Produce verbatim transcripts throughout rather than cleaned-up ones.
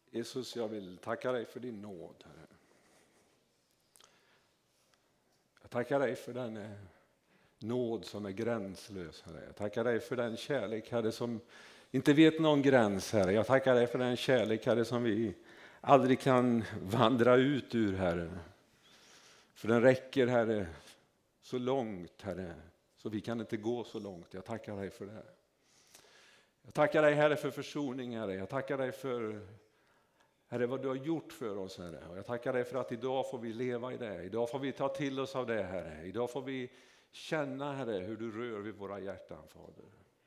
Jesus, jag vill tacka dig för din nåd, Herre. Jag tackar dig för den eh, nåd som är gränslös, Herre. Jag tackar dig för den kärlek, Herre, som inte vet någon gräns, Herre. Jag tackar dig för den kärlek, Herre, som vi aldrig kan vandra ut ur, Herre. För den räcker, Herre, så långt, Herre, så vi kan inte gå så långt. Jag tackar dig för det. Jag tackar dig, Herre, för försoning, Herre. Jag tackar dig för, Herre, vad du har gjort för oss, Herre. Och jag tackar dig för att idag får vi leva i det. Idag får vi ta till oss av det, Herre. Idag får vi känna, Herre, hur du rör vid våra hjärtan, Fader.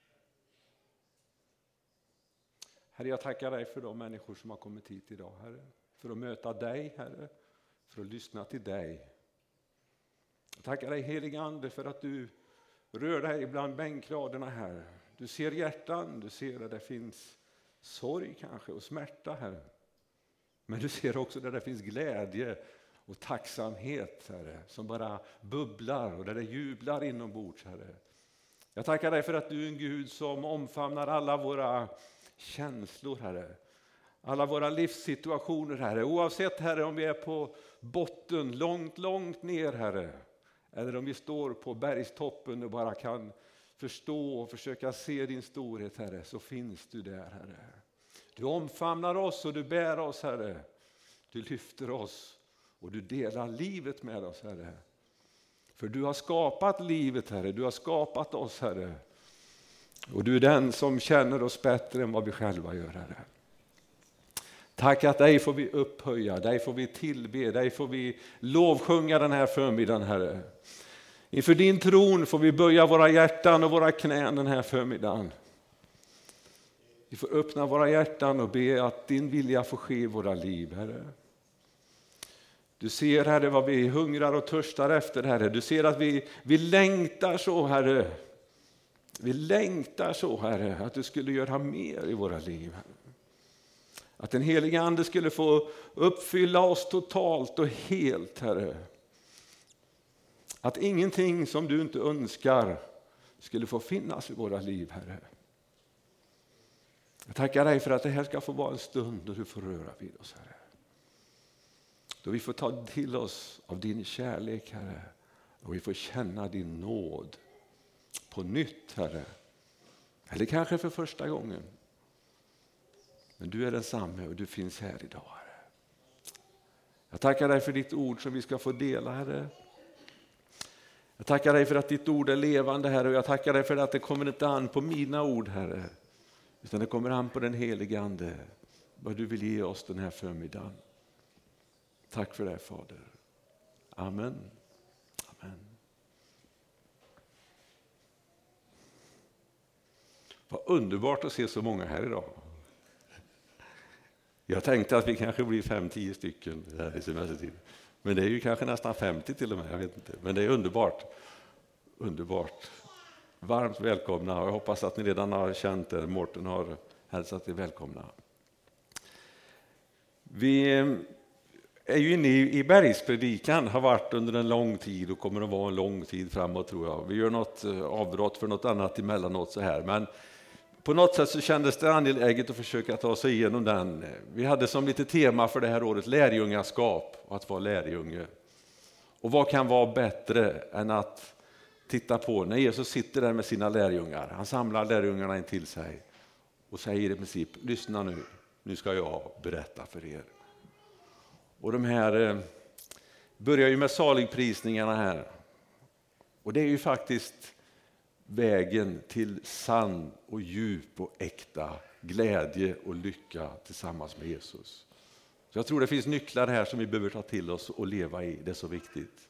Herre, jag tackar dig för de människor som har kommit hit idag, Herre. För att möta dig, Herre. För att lyssna till dig. Jag tackar dig, helige Ande, för att du rör dig bland bänkraderna, Herre. Du ser hjärtan, du ser där det finns sorg kanske och smärta, Herre. Men du ser också där det finns glädje och tacksamhet, Herre, som bara bubblar och där det jublar inombords, Herre. Jag tackar dig för att du är en Gud som omfamnar alla våra känslor, Herre. Alla våra livssituationer, Herre. Oavsett, Herre, om vi är på botten, långt, långt ner, Herre. Eller om vi står på bergstoppen och bara kan förstå och försöka se din storhet, Herre, så finns du där, Herre. Du omfamnar oss och du bär oss, Herre. Du lyfter oss och du delar livet med oss, Herre. För du har skapat livet, Herre. Du har skapat oss, Herre. Och du är den som känner oss bättre än vad vi själva gör, Herre. Tack att dig får vi upphöja, dig får vi tillbe, dig får vi lovsjunga den här förmiddagen, Herre. Inför din tron får vi böja våra hjärtan och våra knän den här förmiddagen. Vi får öppna våra hjärtan och be att din vilja får ske i våra liv, Herre. Du ser, Herre, vad vi hungrar och törstar efter, Herre. Du ser att vi, vi längtar så, Herre. Vi längtar så, Herre, att du skulle göra mer i våra liv, Herre. Att den heliga Ande skulle få uppfylla oss totalt och helt, Herre. Att ingenting som du inte önskar skulle få finnas i våra liv, Herre. Jag tackar dig för att det här ska få vara en stund då du får röra vid oss, Herre. Då vi får ta till oss av din kärlek, Herre. Och vi får känna din nåd på nytt, Herre. Eller kanske för första gången. Men du är densamme och du finns här idag, Herre. Jag tackar dig för ditt ord som vi ska få dela, Herre. Jag tackar dig för att ditt ord är levande, Herre. Och jag tackar dig för att det kommer inte an på mina ord, Herre. Utan det kommer an på den helige Ande. Vad du vill ge oss den här förmiddagen. Tack för det, Fader. Amen. Amen. Vad underbart att se så många här idag. Jag tänkte att vi kanske blir fem, tio stycken här i semestertid. Men det är ju kanske nästan femtio till och med, jag vet inte. Men det är underbart. Underbart. Varmt välkomna. Jag hoppas att ni redan har känt er. Mårten har hälsat er välkomna. Vi är ju inne i bergspredikan, har varit under en lång tid och kommer att vara en lång tid framåt, tror jag. Vi gör något avbrott för något annat emellanåt så här. Men på något sätt så kändes det angeläget att försöka ta sig igenom den. Vi hade som lite tema för det här året lärjungaskap och att vara lärjunge. Och vad kan vara bättre än att titta på när Jesus sitter där med sina lärjungar. Han samlar lärjungarna in till sig och säger i princip, lyssna nu, nu ska jag berätta för er. Och de här eh, börjar ju med saligprisningarna här. Och det är ju faktiskt vägen till sann och djup och äkta glädje och lycka tillsammans med Jesus. Så jag tror det finns nycklar här som vi behöver ta till oss och leva i. Det är så viktigt.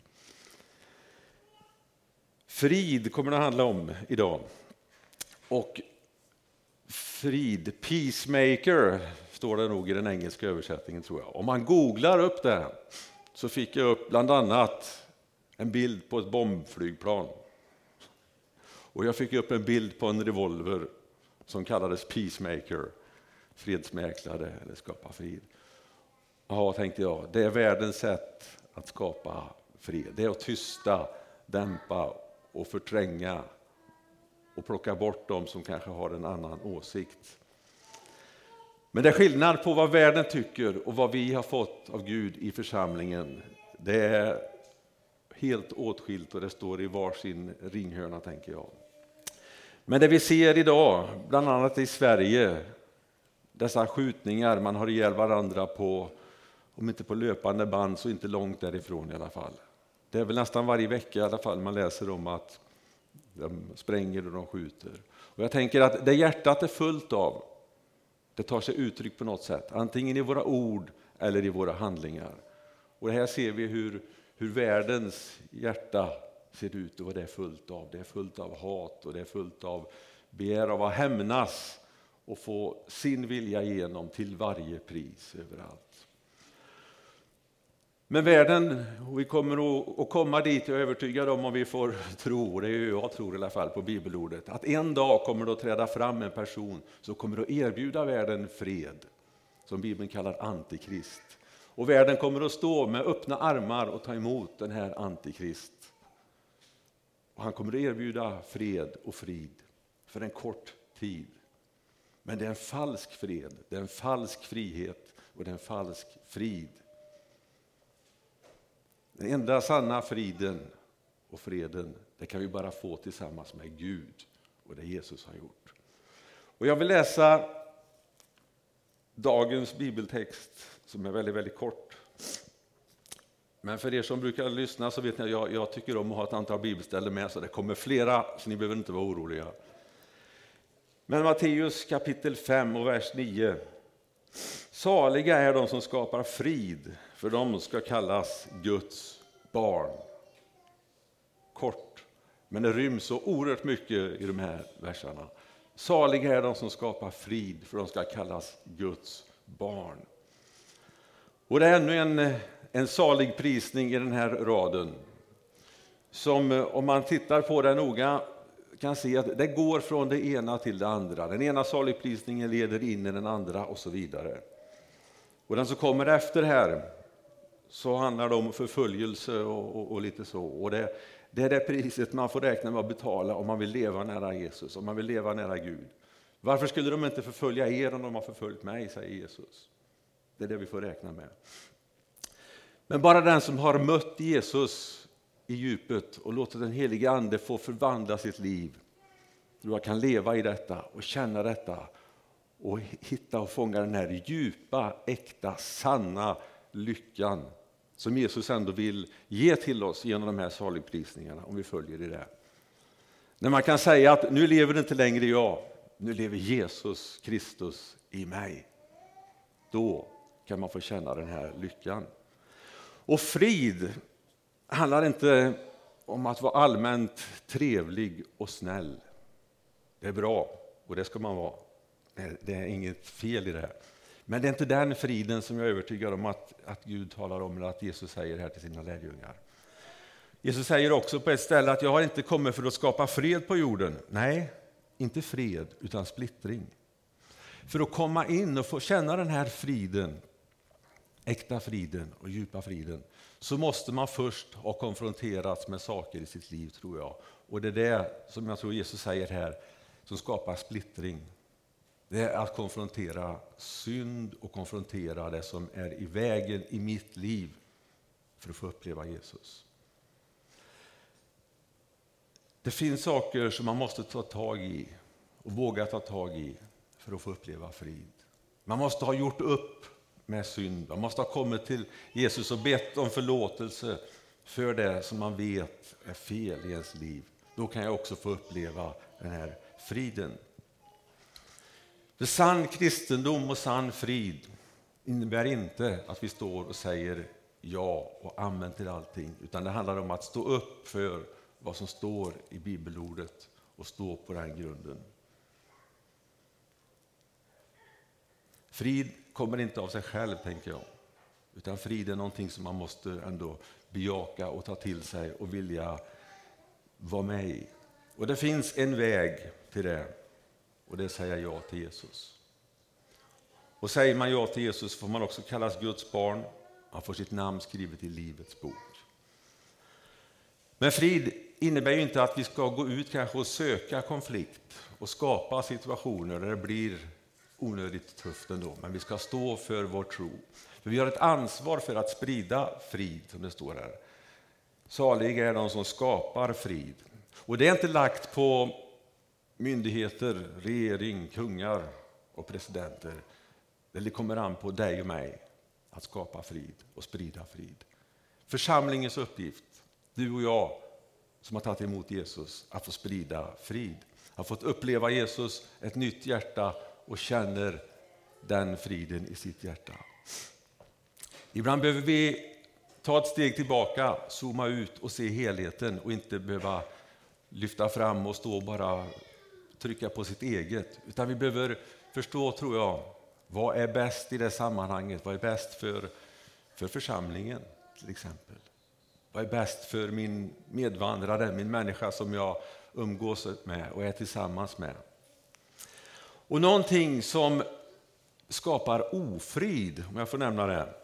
Frid kommer det att handla om idag. Och frid, peacemaker, står det nog i den engelska översättningen, tror jag. Om man googlar upp det så fick jag upp bland annat en bild på ett bombflygplan. Och jag fick upp en bild på en revolver som kallades peacemaker, fredsmäklare eller skapa frid. Ja, tänkte jag, det är världens sätt att skapa fred. Det är att tysta, dämpa och förtränga och plocka bort dem som kanske har en annan åsikt. Men det är skillnad på vad världen tycker och vad vi har fått av Gud i församlingen. Det är helt åtskilt och det står i varsin ringhörna, tänker jag. Men det vi ser idag, bland annat i Sverige, dessa skjutningar, man har ihjäl varandra på, om inte på löpande band så inte långt därifrån i alla fall. Det är väl nästan varje vecka i alla fall man läser om att de spränger och de skjuter. Och jag tänker att det hjärtat är fullt av, det tar sig uttryck på något sätt, antingen i våra ord eller i våra handlingar. Och här ser vi hur, hur världens hjärta ser ut och vad det är fullt av. Det är fullt av hat och det är fullt av begär av att hämnas och få sin vilja igenom till varje pris överallt. Men världen, och vi kommer att komma dit, jag är övertygad om, om vi får tro, det är ju jag tror i alla fall på bibelordet, att en dag kommer det att träda fram en person som kommer att erbjuda världen fred, som Bibeln kallar antikrist. Och världen kommer att stå med öppna armar och ta emot den här antikrist. Och han kommer att erbjuda fred och frid för en kort tid. Men det är en falsk fred, det är en falsk frihet och det är en falsk frid. Den enda sanna friden och freden, det kan vi bara få tillsammans med Gud och det Jesus har gjort. Och jag vill läsa dagens bibeltext som är väldigt, väldigt kort. Men för er som brukar lyssna så vet ni att jag, jag tycker om att ha ett antal bibelställen med, så det kommer flera, så ni behöver inte vara oroliga. Men Matteus kapitel fem och vers nio. Saliga är de som skapar frid, för de ska kallas Guds barn. Kort, men det ryms så oerhört mycket i de här verserna. Saliga är de som skapar frid, för de ska kallas Guds barn. Och det är ännu en, en salig prisning i den här raden, som om man tittar på den noga kan se att det går från det ena till det andra. Den ena saligprisningen leder in i den andra och så vidare. Och den som kommer efter här så handlar det om förföljelse och, och, och lite så. Och det, det är det priset man får räkna med att betala om man vill leva nära Jesus, om man vill leva nära Gud. Varför skulle de inte förfölja er om de har förföljt mig, säger Jesus. Det är det vi får räkna med. Men bara den som har mött Jesus i djupet och låtit den helige ande få förvandla sitt liv, tror jag kan leva i detta och känna detta och hitta och fånga den här djupa, äkta, sanna lyckan som Jesus ändå vill ge till oss genom de här saligprisningarna, om vi följer i det. När man kan säga att nu lever inte längre jag, nu lever Jesus Kristus i mig. Då kan man få känna den här lyckan. Och frid handlar inte om att vara allmänt trevlig och snäll. Det är bra och det ska man vara. Det är inget fel i det här. Men det är inte den friden som jag är övertygad om att, att Gud talar om, eller att Jesus säger här till sina lärjungar. Jesus säger också på ett ställe att jag har inte kommit för att skapa fred på jorden. Nej, inte fred utan splittring. För att komma in och få känna den här friden, äkta friden och djupa friden, så måste man först ha konfronterats med saker i sitt liv, tror jag. Och det är det som jag tror Jesus säger här som skapar splittring. Det är att konfrontera synd och konfrontera det som är i vägen i mitt liv för att få uppleva Jesus. Det finns saker som man måste ta tag i och våga ta tag i för att få uppleva frid. Man måste ha gjort upp med synd. Man måste ha kommit till Jesus och bett om förlåtelse för det som man vet är fel i ens liv. Då kan jag också få uppleva den här friden. För sann kristendom och sann frid innebär inte att vi står och säger ja och amen till allting, utan det handlar om att stå upp för vad som står i bibelordet och stå på den grunden. Frid kommer inte av sig själv, tänker jag, utan frid är någonting som man måste ändå bejaka och ta till sig och vilja vara med i. Och det finns en väg till det, och det säger ja till Jesus. Och säger man ja till Jesus får man också kallas Guds barn. Man får sitt namn skrivet i livets bok. Men frid innebär ju inte att vi ska gå ut kanske och söka konflikt och skapa situationer där det blir onödigt tufft ändå, men vi ska stå för vår tro. För vi har ett ansvar för att sprida frid, som det står här. Saliga är de som skapar frid. Och det är inte lagt på myndigheter, regering, kungar och presidenter. Det kommer an på dig och mig att skapa frid och sprida frid. Församlingens uppgift, du och jag som har tagit emot Jesus, att få sprida frid. Har fått uppleva Jesus, ett nytt hjärta, och känner den friden i sitt hjärta. Ibland behöver vi ta ett steg tillbaka, zooma ut och se helheten och inte behöva lyfta fram och stå och bara trycka på sitt eget. Utan vi behöver förstå, tror jag, vad är bäst i det sammanhanget? Vad är bäst för, för församlingen till exempel? Vad är bäst för min medvandrare, min människa som jag umgås med och är tillsammans med? Och någonting som skapar ofrid, om jag får nämna det,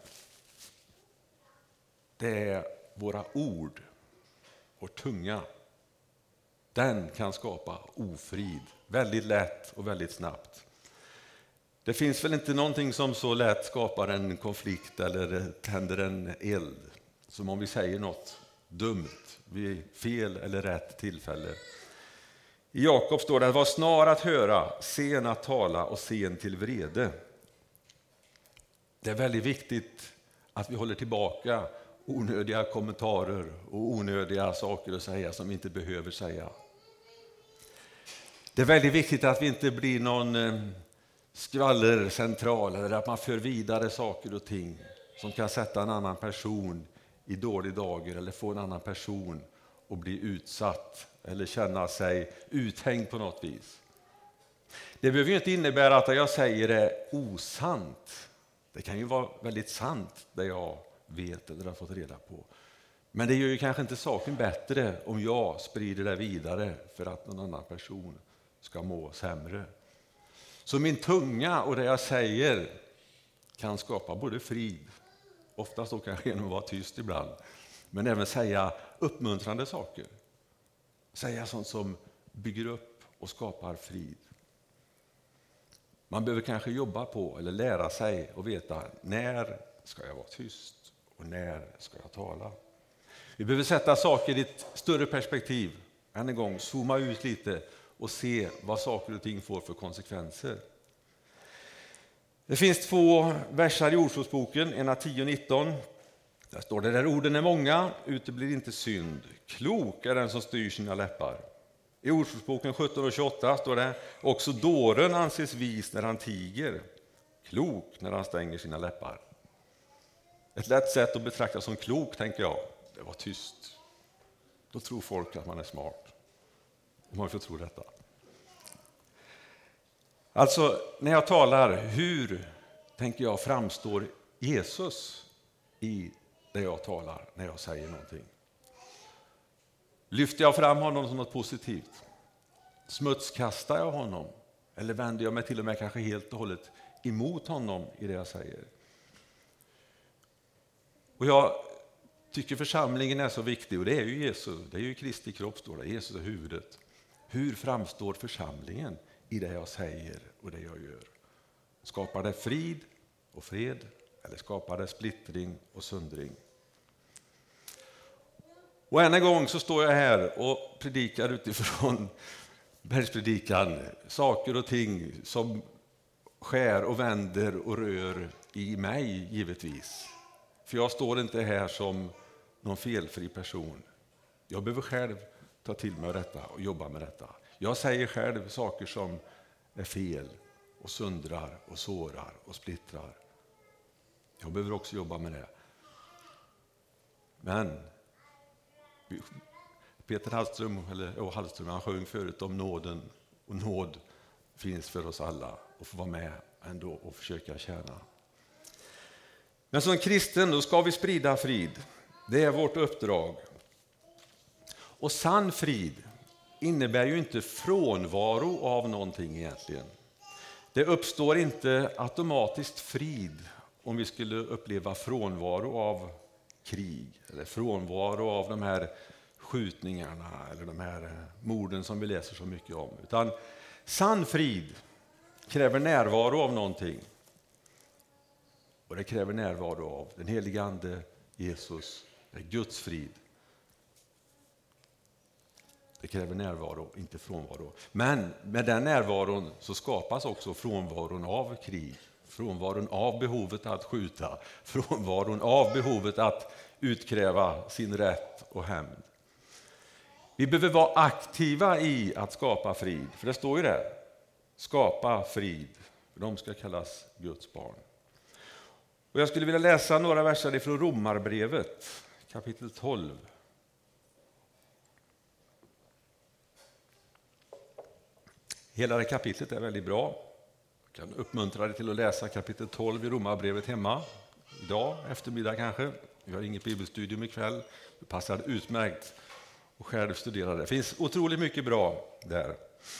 det är våra ord, vår tunga. Den kan skapa ofrid väldigt lätt och väldigt snabbt. Det finns väl inte någonting som så lätt skapar en konflikt eller tänder en eld som om vi säger något dumt vid fel eller rätt tillfälle. I Jakob står det: var snar att höra, sen att tala och sen till vrede. Det är väldigt viktigt att vi håller tillbaka onödiga kommentarer och onödiga saker att säga som vi inte behöver säga. Det är väldigt viktigt att vi inte blir någon skvallercentral eller att man för vidare saker och ting som kan sätta en annan person i dålig dager eller få en annan person att bli utsatt eller känna sig uthängd på något vis. Det behöver ju inte innebära att det jag säger är osant. Det kan ju vara väldigt sant det jag vet eller har fått reda på. Men det gör ju kanske inte saken bättre om jag sprider det vidare för att någon annan person ska må sämre. Så min tunga och det jag säger kan skapa både frid, oftast då kanske genom att vara tyst ibland, men även säga uppmuntrande saker. Säga sånt som bygger upp och skapar frid. Man behöver kanske jobba på eller lära sig och veta när ska jag vara tyst och när ska jag tala. Vi behöver sätta saker i ett större perspektiv. Än en gång, zooma ut lite och se vad saker och ting får för konsekvenser. Det finns två versar i Ordspråksboken, ena tio och nitton. Där står det: där orden är många, uteblir inte synd. Klok är den som styr sina läppar. I Ordspråksboken sjutton och tjugoåtta står det: också dåren anses vis när han tiger. Klok när han stänger sina läppar. Ett lätt sätt att betrakta som klok, tänker jag, det var tyst. Då tror folk att man är smart. Om man får tro detta. Alltså, när jag talar, hur tänker jag framstår Jesus i det jag talar, när jag säger någonting? Lyfter jag fram honom som något positivt? Smutskastar jag honom? Eller vänder jag mig till och med kanske helt och hållet emot honom i det jag säger? Och jag tycker församlingen är så viktig, och det är ju Jesus, det är ju Kristi kropp, står det. Jesus är huvudet. Hur framstår församlingen i det jag säger och det jag gör? Skapar det frid och fred, eller skapar det splittring och söndring? Och än en gång så står jag här och predikar utifrån bergspredikan, saker och ting som skär och vänder och rör i mig, givetvis. För jag står inte här som någon felfri person. Jag behöver själv ta till mig detta och jobba med detta. Jag säger själv saker som är fel och söndrar och sårar och splittrar. Jag behöver också jobba med det. Men Peter Hallström, eller oh, Hallström, han sjöng förut om nåden, och nåd finns för oss alla och få vara med ändå och försöka tjäna. Men som kristen då ska vi sprida frid. Det är vårt uppdrag. Och sann frid innebär ju inte frånvaro av någonting egentligen. Det uppstår inte automatiskt frid om vi skulle uppleva frånvaro av krig eller frånvaro av de här skjutningarna eller de här morden som vi läser så mycket om. Utan sann frid kräver närvaro av någonting. Och det kräver närvaro av den helige Ande, Jesus, det är Guds frid. Det kräver närvaro, inte frånvaro. Men med den närvaron så skapas också frånvaron av krig. Frånvaron av behovet att skjuta. Frånvaron av behovet att utkräva sin rätt och hämnd. Vi behöver vara aktiva i att skapa frid. För det står ju där. Skapa frid. För de ska kallas Guds barn. Och jag skulle vilja läsa några verser från Romarbrevet, kapitel tolv. Hela det kapitlet är väldigt bra. Jag kan uppmuntra dig till att läsa kapitel tolv i Romarbrevet hemma. Idag, eftermiddag kanske. Vi har inget bibelstudium ikväll. Det passar utmärkt att själv studera det. Det finns otroligt mycket bra där.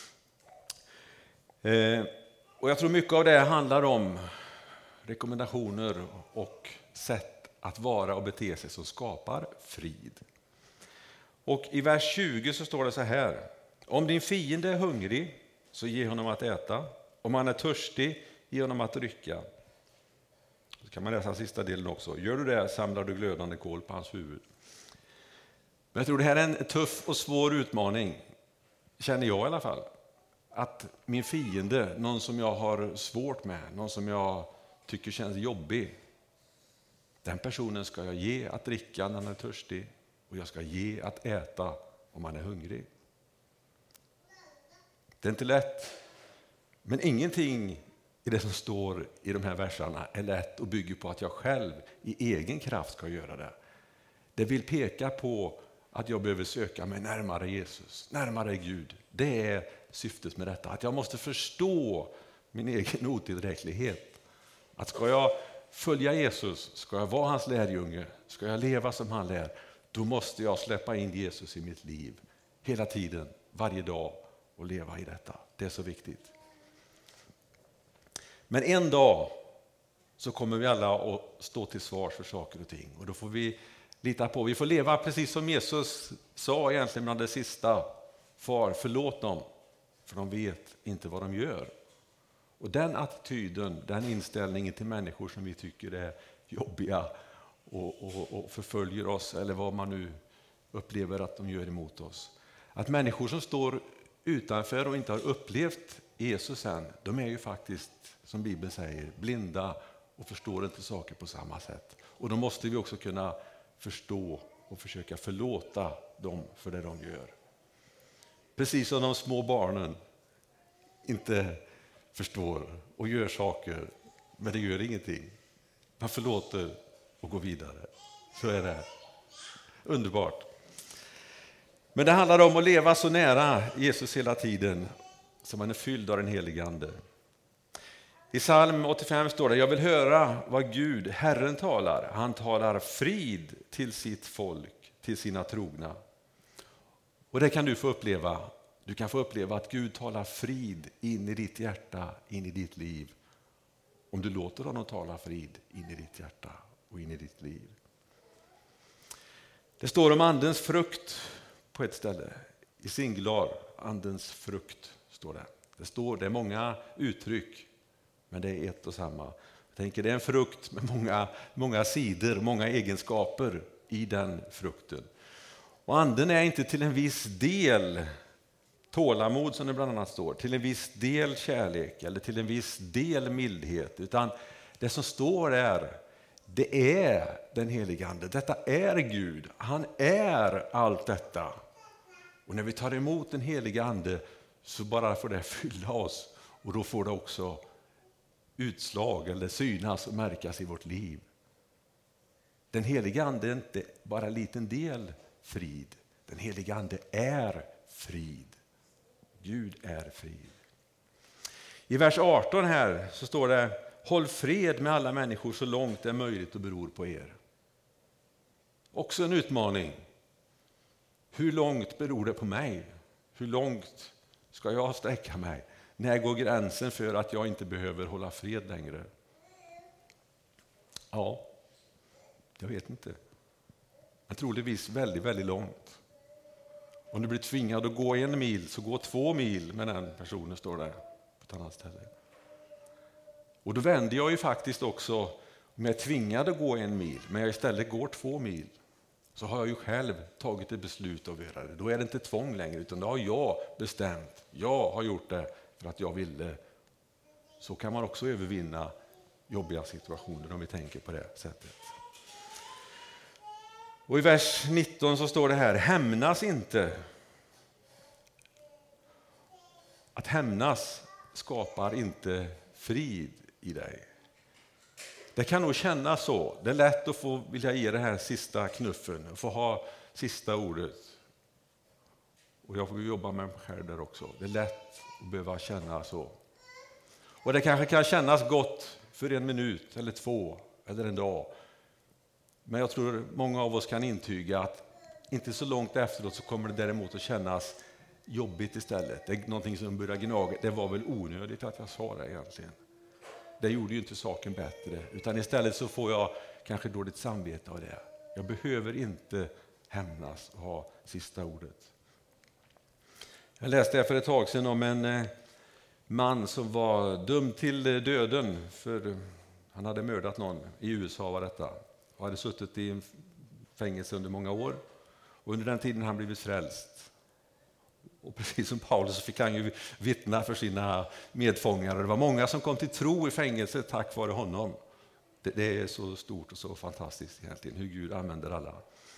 Eh, och jag tror mycket av det handlar om rekommendationer och sätt att vara och bete sig som skapar frid. Och i vers tjugo så står det så här. Om din fiende är hungrig så ge honom att äta. Om han är törstig, ge honom att dricka. Så kan man läsa sista delen också. Gör du det samlar du glödande kol på hans huvud. Men jag tror det här är en tuff och svår utmaning. Känner jag i alla fall. Att min fiende, någon som jag har svårt med, någon som jag tycker känns jobbig. Den personen ska jag ge att dricka när han är törstig. Och jag ska ge att äta om han är hungrig. Det är inte lätt. Men ingenting i det som står i de här verserna är lätt och bygger på att jag själv i egen kraft ska göra det. Det vill peka på att jag behöver söka mig närmare Jesus, närmare Gud. Det är syftet med detta. Att jag måste förstå min egen otillräcklighet. Att ska jag följa Jesus, ska jag vara hans lärjunge, ska jag leva som han lär, då måste jag släppa in Jesus i mitt liv hela tiden, varje dag och leva i detta. Det är så viktigt. Men en dag så kommer vi alla att stå till svars för saker och ting. Och då får vi lita på, vi får leva precis som Jesus sa egentligen bland det sista. Far, förlåt dem, för de vet inte vad de gör. Och den attityden, den inställningen till människor som vi tycker är jobbiga och, och, och förföljer oss, eller vad man nu upplever att de gör emot oss. Att människor som står utanför och inte har upplevt Jesus än, de är ju faktiskt, som Bibeln säger, blinda och förstår inte saker på samma sätt. Och då måste vi också kunna förstå och försöka förlåta dem för det de gör. Precis som de små barnen inte förstår och gör saker, men det gör ingenting. Man förlåter och går vidare. Så är det. Underbart. Men det handlar om att leva så nära Jesus hela tiden som man är fylld av den helige Ande. I psalm åttiofem står det: jag vill höra vad Gud, Herren, talar. Han talar frid till sitt folk, till sina trogna. Och det kan du få uppleva. Du kan få uppleva att Gud talar frid in i ditt hjärta, in i ditt liv. Om du låter honom tala frid in i ditt hjärta och in i ditt liv. Det står om andens frukt på ett ställe. I singular, andens frukt står det. Det står, det är många uttryck, men det är ett och samma. Jag tänker det är en frukt med många, många sidor, många egenskaper i den frukten. Och anden är inte till en viss del tålamod, som det bland annat står, till en viss del kärlek eller till en viss del mildhet, utan det som står är, det är den helige Ande. Detta är Gud. Han är allt detta. Och när vi tar emot den helige Ande så bara får det fylla oss, och då får det också utslag eller synas och märkas i vårt liv. Den helige Ande är inte bara en liten del frid. Den helige Ande är frid. Gud är frid. I vers arton här så står det: håll fred med alla människor så långt det är möjligt och beror på er. Också en utmaning. Hur långt beror det på mig? Hur långt ska jag sträcka mig? När går gränsen för att jag inte behöver hålla fred längre? Ja, jag vet inte. Men troligtvis väldigt, väldigt långt. Om du blir tvingad att gå en mil så gå två mil med den personen, står där på ett annat ställe. Och då vänder jag ju faktiskt också, om jag är tvingad att gå en mil, men jag istället går två mil, så har jag ju själv tagit ett beslut att göra det. Då är det inte tvång längre, utan då har jag bestämt. Jag har gjort det för att jag ville. Så kan man också övervinna jobbiga situationer om vi tänker på det sättet. Och i vers nitton så står det här: hämnas inte. Att hämnas skapar inte frid i dig. Det kan nog kännas så. Det är lätt att få vilja ge det här sista knuffen, att få ha sista ordet. Och jag får jobba med mig själv där också. Det är lätt att behöva känna så. Och det kanske kan kännas gott för en minut eller två eller en dag. Men jag tror många av oss kan intyga att inte så långt efteråt så kommer det däremot att kännas jobbigt istället. Det är någonting som börjar gnaga. Det var väl onödigt att jag sa det egentligen. Det gjorde ju inte saken bättre. Utan istället så får jag kanske dåligt samvete av det. Jag behöver inte hämnas och ha sista ordet. Jag läste för ett tag sedan om en man som var dömd till döden för han hade mördat någon. I U S A var detta. Och hade suttit i fängelse under många år. Och under den tiden han blivit frälst. Och precis som Paulus så fick han ju vittna för sina medfångar. Och det var många som kom till tro i fängelse tack vare honom. Det, det är så stort och så fantastiskt egentligen hur Gud använder alla.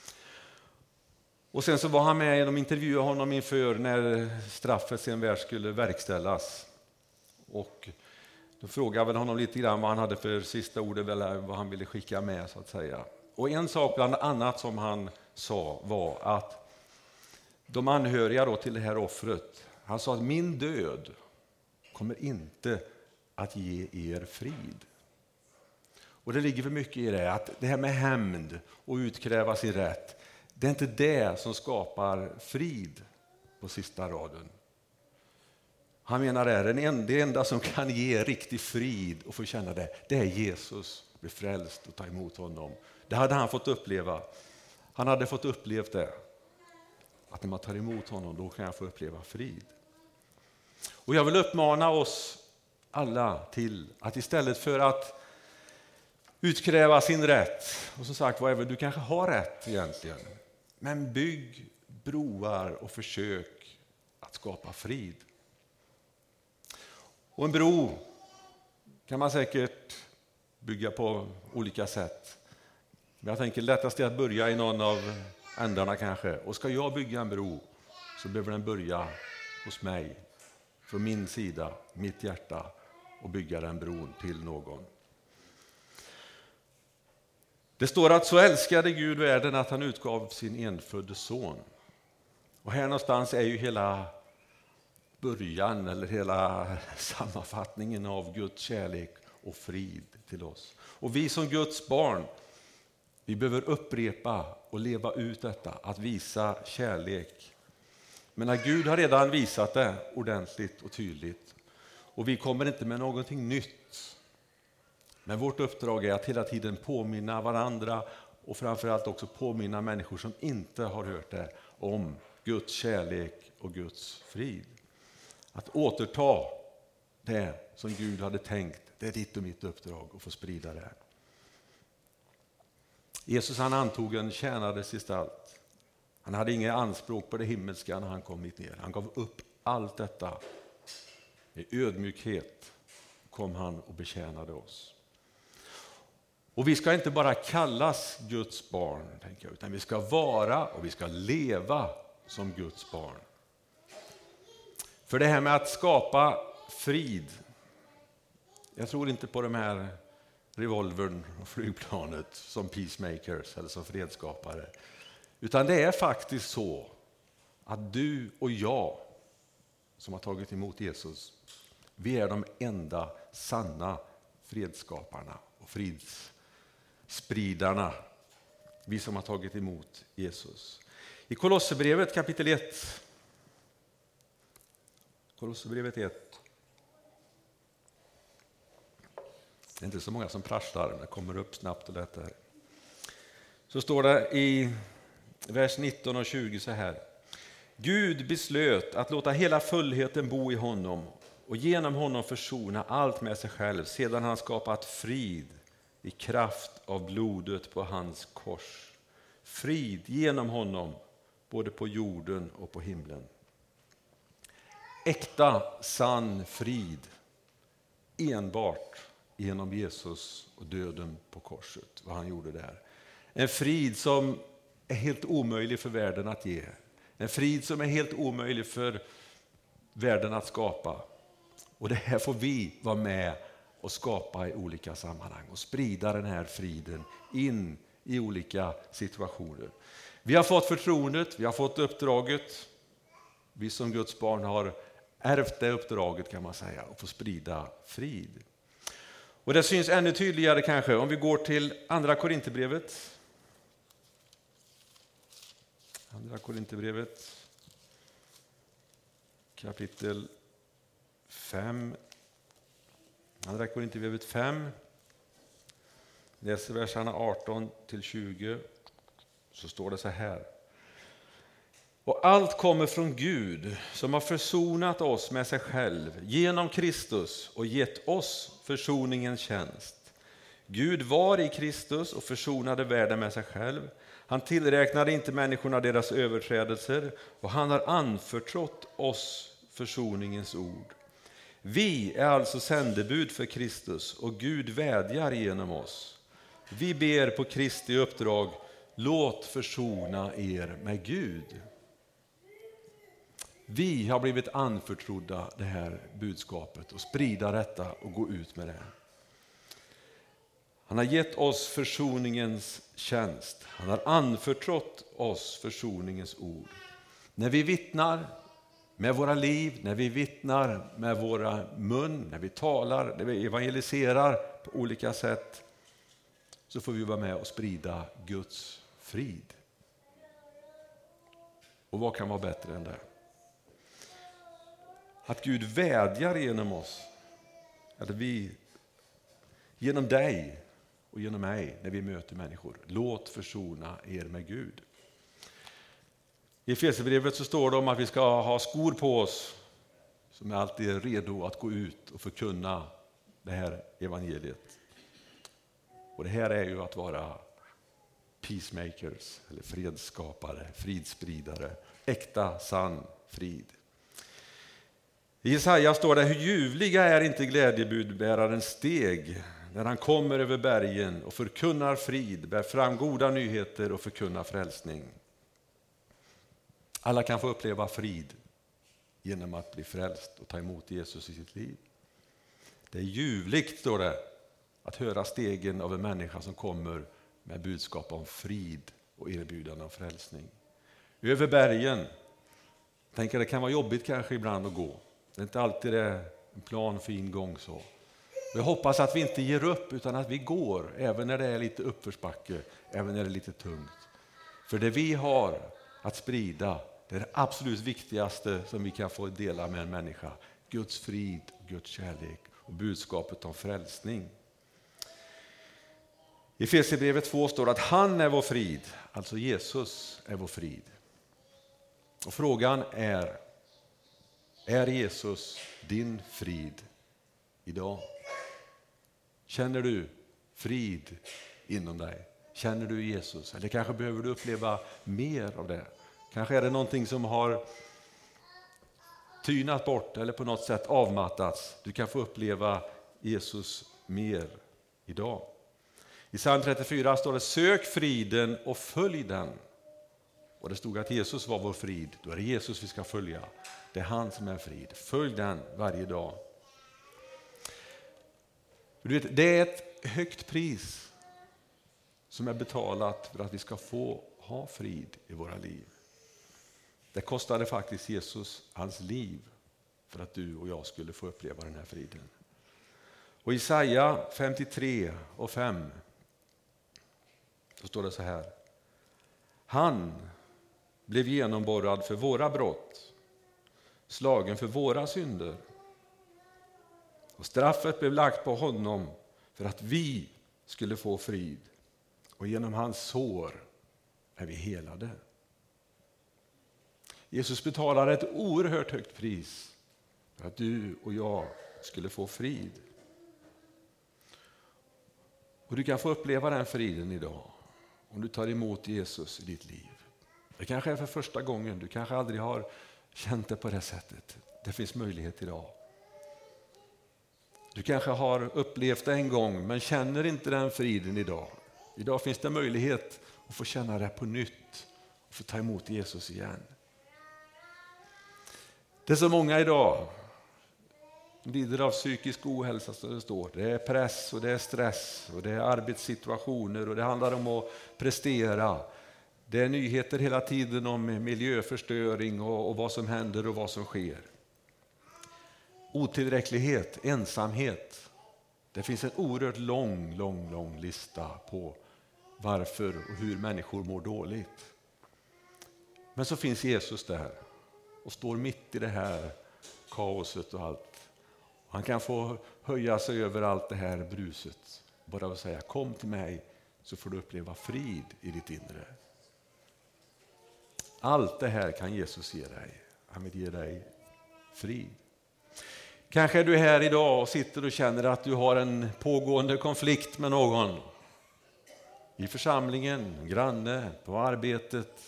Och sen så var han med, de intervjuade honom inför när straffet sen väl skulle verkställas. Och då frågade väl honom lite grann vad han hade för sista ord, eller vad han ville skicka med så att säga. Och en sak bland annat som han sa var att de anhöriga då till det här offret, han sa att min död kommer inte att ge er frid. Och det ligger för mycket i det, att det här med hämnd och utkräva sin rätt, det är inte det som skapar frid på sista raden. Han menar det, det enda som kan ge riktig frid och få känna det, det är Jesus, bli frälst och ta emot honom. Det hade han fått uppleva. Han hade fått uppleva det. Att när man tar emot honom, då kan jag få uppleva frid. Och jag vill uppmana oss alla till att istället för att utkräva sin rätt, och som sagt, vad även du kanske har rätt egentligen, men bygg broar och försök att skapa frid. Och en bro kan man säkert bygga på olika sätt. Men jag tänker lättast är att börja i någon av ändarna kanske. Och ska jag bygga en bro så behöver den börja hos mig. Från min sida, mitt hjärta, och bygga den bron till någon. Det står att så älskade Gud världen att han utgav sin enfödde son. Och här någonstans är ju hela början eller hela sammanfattningen av Guds kärlek och frid till oss. Och vi som Guds barn, vi behöver upprepa och leva ut detta, att visa kärlek. Men när Gud har redan visat det ordentligt och tydligt, och vi kommer inte med någonting nytt. Men vårt uppdrag är att hela tiden påminna varandra och framförallt också påminna människor som inte har hört det om Guds kärlek och Guds frid. Att återta det som Gud hade tänkt, det är ditt och mitt uppdrag att få sprida det. Jesus han antog en tjänares gestalt. Han hade inga anspråk på det himmelska när han kom hit ner. Han gav upp allt detta. I ödmjukhet kom han och betjänade oss. Och vi ska inte bara kallas Guds barn, tänker jag, utan vi ska vara och vi ska leva som Guds barn. För det här med att skapa frid, jag tror inte på de här revolvern och flygplanet som peacemakers eller som fredsskapare. Utan det är faktiskt så att du och jag som har tagit emot Jesus, vi är de enda sanna fredsskaparna och fridsspridarna. Vi som har tagit emot Jesus. I Kolosserbrevet kapitel ett. Kolosserbrevet ett. Det är inte så många som prasslar, men det kommer upp snabbt och lätt här. Så står det i vers nitton och tjugo så här. Gud beslöt att låta hela fullheten bo i honom och genom honom försona allt med sig själv, sedan han skapat frid i kraft av blodet på hans kors. Frid genom honom, både på jorden och på himlen. Äkta, sann frid, enbart genom Jesus och döden på korset, vad han gjorde där. En frid som är helt omöjlig för världen att ge. En frid som är helt omöjlig för världen att skapa. Och det här får vi vara med och skapa i olika sammanhang och sprida den här friden in i olika situationer. Vi har fått förtroendet, vi har fått uppdraget. Vi som Guds barn har ärvt det uppdraget, kan man säga, och få sprida frid. Och det syns ännu tydligare kanske om vi går till andra Korinthierbrevet. Andra Korinthierbrevet kapitel fem. Andra Korinthierbrevet fem. Läser verserna arton till tjugo, så står det så här. Och allt kommer från Gud, som har försonat oss med sig själv genom Kristus och gett oss försoningens tjänst. Gud var i Kristus och försonade världen med sig själv. Han tillräknade inte människorna deras överträdelser, och han har anförtrott oss försoningens ord. Vi är alltså sändebud för Kristus, och Gud vädjar genom oss. Vi ber på Kristi uppdrag, låt försona er med Gud. Vi har blivit anförtrodda det här budskapet och sprida detta och gå ut med det. Han har gett oss försoningens tjänst. Han har anförtrott oss försoningens ord. När vi vittnar med våra liv, när vi vittnar med våra mun, när vi talar, när vi evangeliserar på olika sätt, så får vi vara med och sprida Guds frid. Och vad kan vara bättre än det? Att Gud vädjar genom oss, att vi genom dig och genom mig när vi möter människor, låt försona er med Gud. I Efesierbrevet så står det om att vi ska ha skor på oss som är alltid redo att gå ut och förkunna det här evangeliet. Och det här är ju att vara peacemakers, eller fredsskapare, fridsspridare, äkta, sann frid. I Jesaja står det, hur ljuvliga är inte glädjebudbärarens steg när han kommer över bergen och förkunnar frid, bär fram goda nyheter och förkunnar frälsning. Alla kan få uppleva frid genom att bli frälst och ta emot Jesus i sitt liv. Det är ljuvligt, står det, att höra stegen av en människa som kommer med budskap om frid och erbjudande om frälsning. Över bergen, tänker det kan vara jobbigt kanske ibland att gå. Det är inte alltid det en plan fin gång så. Jag hoppas att vi inte ger upp utan att vi går, även när det är lite uppförsbacke, även när det är lite tungt. För det vi har att sprida, det är det absolut viktigaste som vi kan få dela med en människa. Guds frid, Guds kärlek och budskapet om frälsning. I Efesierbrevet två står det att han är vår frid, alltså Jesus är vår frid. Och frågan är, är Jesus din frid idag? Känner du frid inom dig? Känner du Jesus? Eller kanske behöver du uppleva mer av det? Kanske är det någonting som har tynat bort eller på något sätt avmattats. Du kan få uppleva Jesus mer idag. I psalm trettiofyra står det, sök friden och följ den. Och det stod att Jesus var vår frid. Då är det Jesus vi ska följa. Det är han som är frid. Följ den varje dag. Du vet, det är ett högt pris som är betalat för att vi ska få ha frid i våra liv. Det kostade faktiskt Jesus hans liv för att du och jag skulle få uppleva den här friden. Och i Jesaja femtiotre och fem så står det så här. Han blev genomborrad för våra brott, slagen för våra synder. Och straffet blev lagt på honom för att vi skulle få frid. Och genom hans sår är vi helade. Jesus betalar ett oerhört högt pris För att du och jag skulle få frid. Och du kan få uppleva den friden idag. Om du tar emot Jesus i ditt liv. Det kanske är för första gången. Du kanske aldrig har känt det på det sättet. Det finns möjlighet idag. Du kanske har upplevt det en gång men känner inte den friden idag. Idag finns det möjlighet att få känna det på nytt. Och få ta emot Jesus igen. Det är så många idag lider av psykisk ohälsa, så det står. Det är press och det är stress och det är arbetssituationer och det handlar om att prestera. Det är nyheter hela tiden om miljöförstöring och, och vad som händer och vad som sker. Otillräcklighet, ensamhet. Det finns en oerhört lång, lång, lång lista på varför och hur människor mår dåligt. Men så finns Jesus där och står mitt i det här kaoset och allt. Han kan få höja sig över allt det här bruset. Bara att säga, kom till mig så får du uppleva frid i ditt inre. Allt det här kan Jesus ge dig. Han vill ge dig frid. Kanske är du här idag och sitter och känner att du har en pågående konflikt med någon. I församlingen, granne, på arbetet.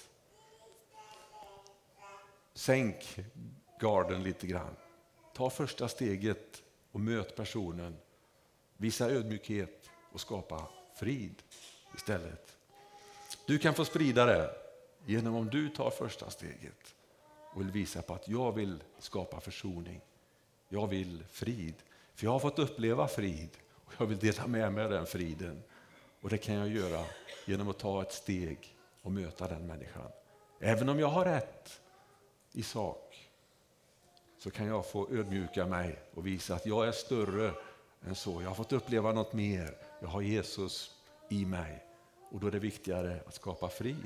Sänk garden lite grann. Ta första steget och möt personen. Visa ödmjukhet och skapa frid istället. Du kan få sprida det genom om du tar första steget och vill visa på att jag vill skapa försoning. Jag vill frid. För jag har fått uppleva frid och jag vill dela med mig av den friden. Och det kan jag göra genom att ta ett steg och möta den människan. Även om jag har rätt i sak så kan jag få ödmjuka mig och visa att jag är större än så. Jag har fått uppleva något mer. Jag har Jesus i mig. Och då är det viktigare att skapa frid.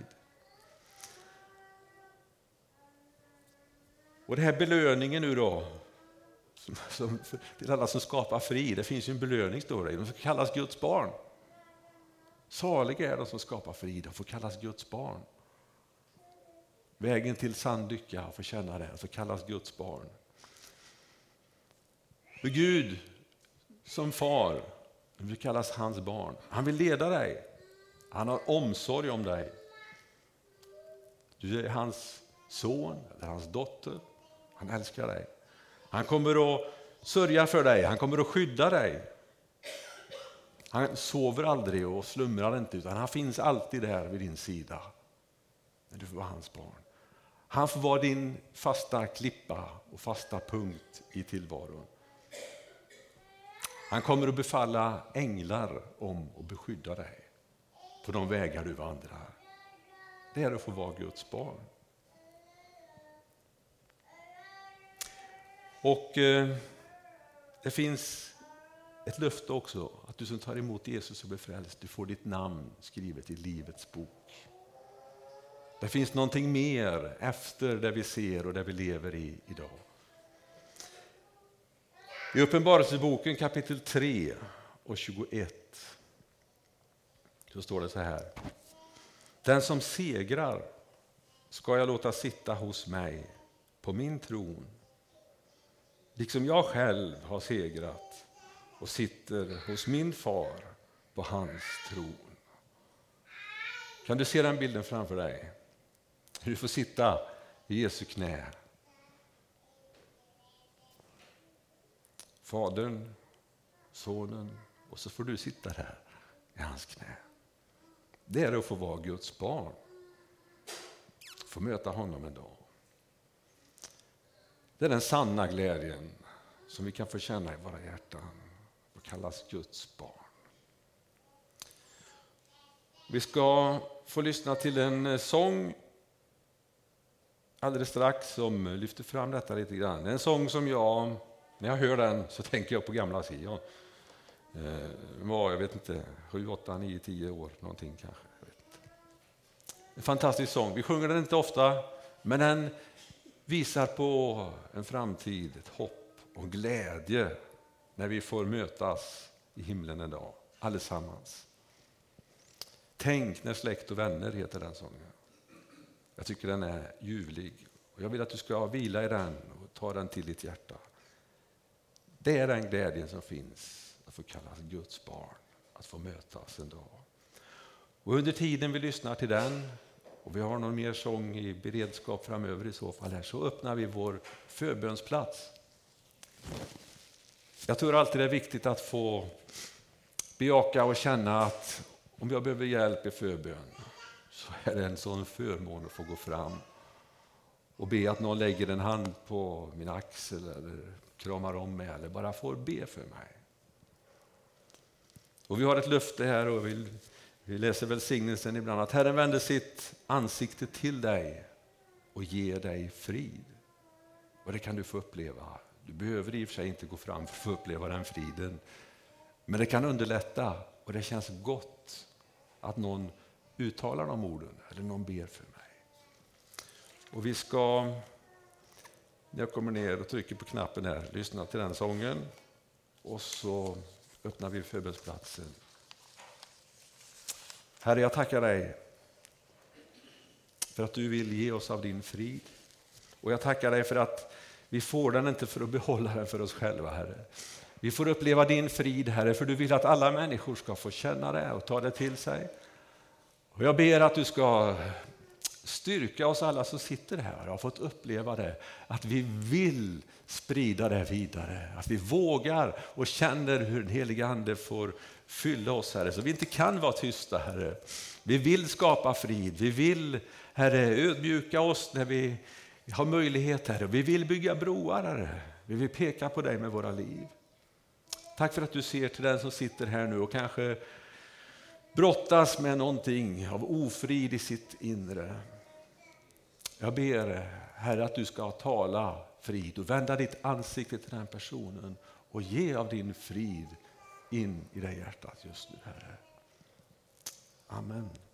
Och det här belöningen nu då. Som, som, till alla som skapar frid. Det finns ju en belöning, står det. De får kallas Guds barn. Saliga är de som skapar frid. De får kallas Guds barn. Vägen till sann lycka, får känna det, så kallas Guds barn. För Gud som far, vill kallas hans barn. Han vill leda dig. Han har omsorg om dig. Du är hans son eller hans dotter. Han älskar dig. Han kommer att sörja för dig. Han kommer att skydda dig. Han sover aldrig och slumrar inte, utan han finns alltid där vid din sida. När du får vara hans barn. Han får vara din fasta klippa och fasta punkt i tillvaron. Han kommer att befalla änglar om att beskydda dig på de vägar du vandrar. Det är att få vara Guds barn. Och eh, det finns ett löfte också att du som tar emot Jesus och blir frälst, du får ditt namn skrivet i livets bok. Det finns någonting mer efter det vi ser och det vi lever i idag. I Uppenbarelseboken kapitel tre och tjugoett så står det så här. Den som segrar ska jag låta sitta hos mig på min tron. Liksom jag själv har segrat och sitter hos min far på hans tron. Kan du se den bilden framför dig? Du får sitta i Jesu knä. Fadern, sonen och så får du sitta där i hans knä. Det är att få vara Guds barn. Få möta honom en dag. Det är den sanna glädjen som vi kan få känna i våra hjärtan och kallas Guds barn. Vi ska få lyssna till en sång alldeles strax som lyfter fram detta lite grann. En sång som jag, när jag hör den så tänker jag på gamla Sion. Eh, var, jag vet inte, sju, åtta, nio, tio år någonting kanske. Jag vet inte. En fantastisk sång. Vi sjunger den inte ofta, men den visar på en framtid, ett hopp och glädje när vi får mötas i himlen en dag, allesammans. Tänk när släkt och vänner heter den sången. Jag tycker den är ljuvlig och jag vill att du ska vila i den och ta den till ditt hjärta. Det är den glädjen som finns att få kallas Guds barn, att få mötas en dag. Och under tiden vi lyssnar till den, och vi har någon mer sång i beredskap framöver i så fall här, så öppnar vi vår förbönsplats. Jag tror alltid det är viktigt att få bejaka och känna att om jag behöver hjälp i förbön så är det en sån förmån att få gå fram och be att någon lägger en hand på min axel eller kramar om mig eller bara får be för mig. Och vi har ett löfte här och vi, vi läser välsignelsen ibland att Herren vänder sitt ansikte till dig och ger dig frid. Och det kan du få uppleva. Du behöver i och för sig inte gå fram för att få uppleva den friden. Men det kan underlätta och det känns gott att någon uttalar de orden eller någon ber för mig. Och vi ska, när jag kommer ner och trycker på knappen här, lyssna till den sången och så öppnar vi förbönsplatsen. Herre, jag tackar dig för att du vill ge oss av din frid. Och jag tackar dig för att vi får den inte för att behålla den för oss själva, Herre. Vi får uppleva din frid, Herre, för du vill att alla människor ska få känna det och ta det till sig. Och jag ber att du ska styrka oss alla som sitter här och har fått uppleva det. Att vi vill sprida det vidare. Att vi vågar och känner hur den heliga ande får fylla oss, Herre. Så vi inte kan vara tysta, Herre. Vi vill skapa frid. Vi vill, Herre, ödmjuka oss när vi har möjlighet, Herre. Vi vill bygga broar, Herre. Vi vill peka på dig med våra liv. Tack för att du ser till den som sitter här nu och kanske brottas med någonting av ofrid i sitt inre. Jag ber, Herre, att du ska tala frid och vända ditt ansikte till den personen och ge av din frid in i det hjärtat just nu, Herre. Amen.